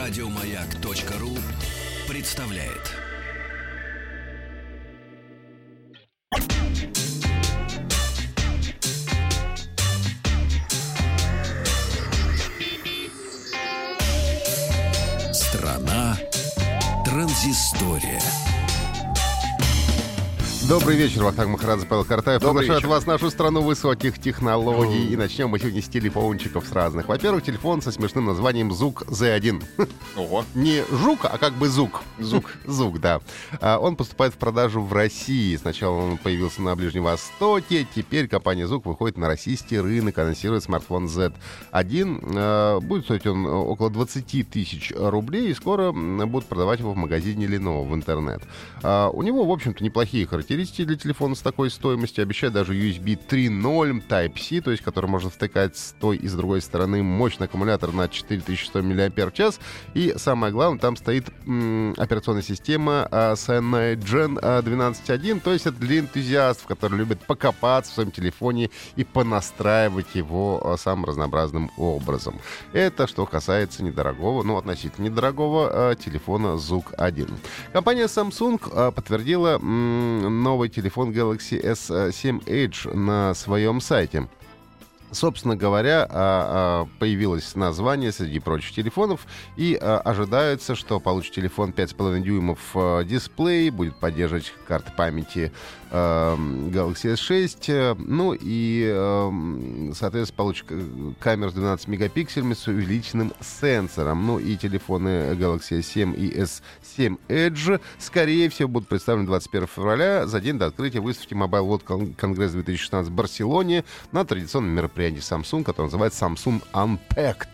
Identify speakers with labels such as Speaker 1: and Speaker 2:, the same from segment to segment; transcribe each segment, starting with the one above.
Speaker 1: Радиомаяк.ру представляет. Страна транзистория.
Speaker 2: Добрый вечер, Вахтанг Махарадзе, Павел Картаев. Приглашают вас в нашу страну высоких технологий. И начнем мы сегодня с телефончиков с разных. Во-первых, телефон со смешным названием ZOOK Z1.
Speaker 3: Ого.
Speaker 2: Не жук, а как бы зук.
Speaker 3: Зук,
Speaker 2: да. Он поступает в продажу в России. Сначала он появился на Ближнем Востоке. Теперь компания ZOOK выходит на российский рынок, анонсирует смартфон Z1. Будет стоить он около 20 тысяч рублей. И скоро будут продавать его в магазине Lenovo в интернет. У него, в общем-то, неплохие характеристики для телефона с такой стоимостью. Обещает даже USB 3.0, Type-C, то есть который можно втыкать с той и с другой стороны. Мощный аккумулятор на 4100 мАч. И самое главное, там стоит операционная система Cyanogen 12.1. То есть это для энтузиастов, которые любят покопаться в своем телефоне и понастраивать его самым разнообразным образом. Это что касается недорогого, относительно недорогого телефона ZOOK 1. Компания Samsung подтвердила новый телефон Galaxy S7 Edge на своем сайте. Собственно говоря, появилось название среди прочих телефонов, и ожидается, что получит телефон 5,5 дюймов дисплей, будет поддерживать карты памяти Galaxy S6, и, соответственно, получит камеру с 12 мегапикселями с увеличенным сенсором. И телефоны Galaxy S7 и S7 Edge, скорее всего, будут представлены 21 февраля, за день до открытия выставки Mobile World Congress 2016 в Барселоне на традиционном мероприятии Samsung, который называется Samsung Unpacked.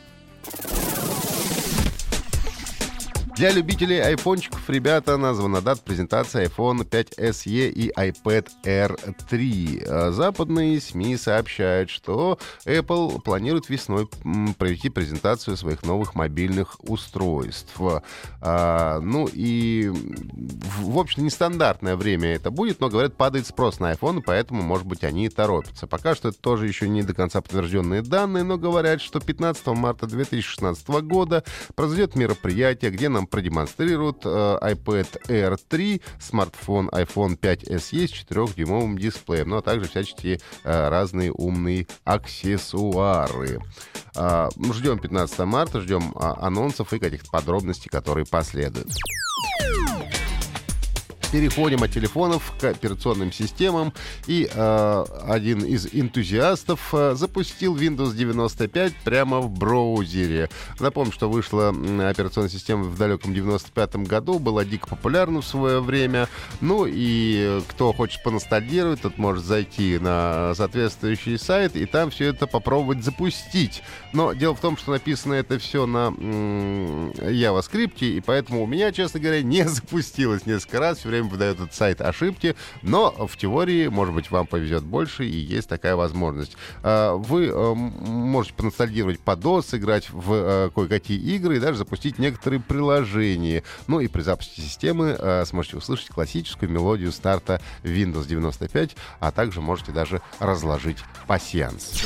Speaker 2: Для любителей айфончиков, ребята, названа дата презентации iPhone 5 SE и iPad Air 3. Западные СМИ сообщают, что Apple планирует весной провести презентацию своих новых мобильных устройств. И, в общем, нестандартное время это будет, но, говорят, падает спрос на iPhone, поэтому, может быть, они и торопятся. Пока что это тоже еще не до конца подтвержденные данные, но говорят, что 15 марта 2016 года произойдет мероприятие, где нам продемонстрируют iPad Air 3, смартфон iPhone 5 SE с 4-дюймовым дисплеем, а также всяческие разные умные аксессуары. Ждем 15 марта, ждем анонсов и каких-то подробностей, которые последуют. Переходим от телефонов к операционным системам. И один из энтузиастов запустил Windows 95 прямо в браузере. Напомню, что вышла операционная система в далеком 95-м году, была дико популярна в свое время. И кто хочет поностальгировать, тот может зайти на соответствующий сайт и там все это попробовать запустить. Но дело в том, что написано это все на JavaScript, и поэтому у меня, честно говоря, не запустилось несколько раз. Все время выдает этот сайт ошибки, но в теории, может быть, вам повезет больше, и есть такая возможность. Вы можете поностальгировать по DOS, сыграть в кое-какие игры и даже запустить некоторые приложения. И при запуске системы сможете услышать классическую мелодию старта Windows 95, а также можете даже разложить пасьянс.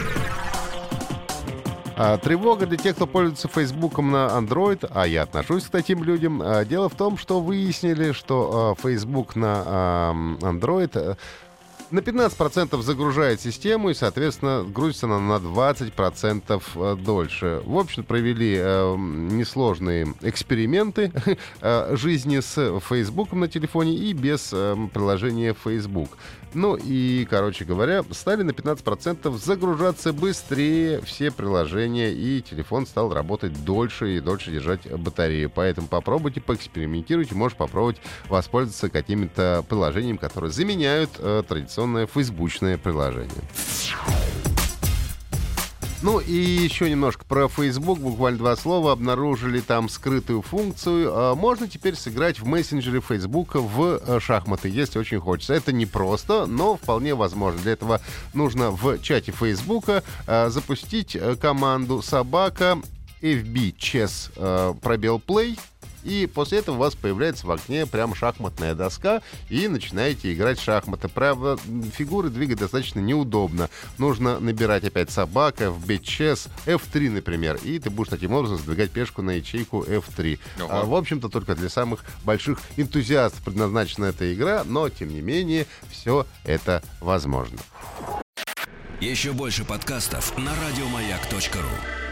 Speaker 2: Тревога для тех, кто пользуется Фейсбуком на Android, а я отношусь к таким людям. Дело в том, что выяснили, что Facebook на Android на 15% загружает систему, и, соответственно, грузится она на 20% дольше. В общем, провели несложные эксперименты жизни с Фейсбуком на телефоне и без приложения Facebook. Короче говоря, стали на 15% загружаться быстрее все приложения, и телефон стал работать дольше и дольше держать батарею. Поэтому попробуйте, поэкспериментируйте, можете попробовать воспользоваться какими-то приложениями, которые заменяют традиционное фейсбучное приложение. И еще немножко про Facebook, буквально 2 слова. Обнаружили там скрытую функцию. Можно теперь сыграть в мессенджере Facebook в шахматы, если очень хочется. Это непросто, но вполне возможно. Для этого нужно в чате Facebook запустить команду собака FB Chess _play. и после этого у вас появляется в окне прям шахматная доска, и начинаете играть в шахматы. Правда, фигуры двигать достаточно неудобно. Нужно набирать опять собака, вбить чес, F3, например, и ты будешь таким образом сдвигать пешку на ячейку F3. В общем-то, только для самых больших энтузиастов предназначена эта игра, но, тем не менее, все это возможно.
Speaker 1: Еще больше подкастов на радиомаяк.ру.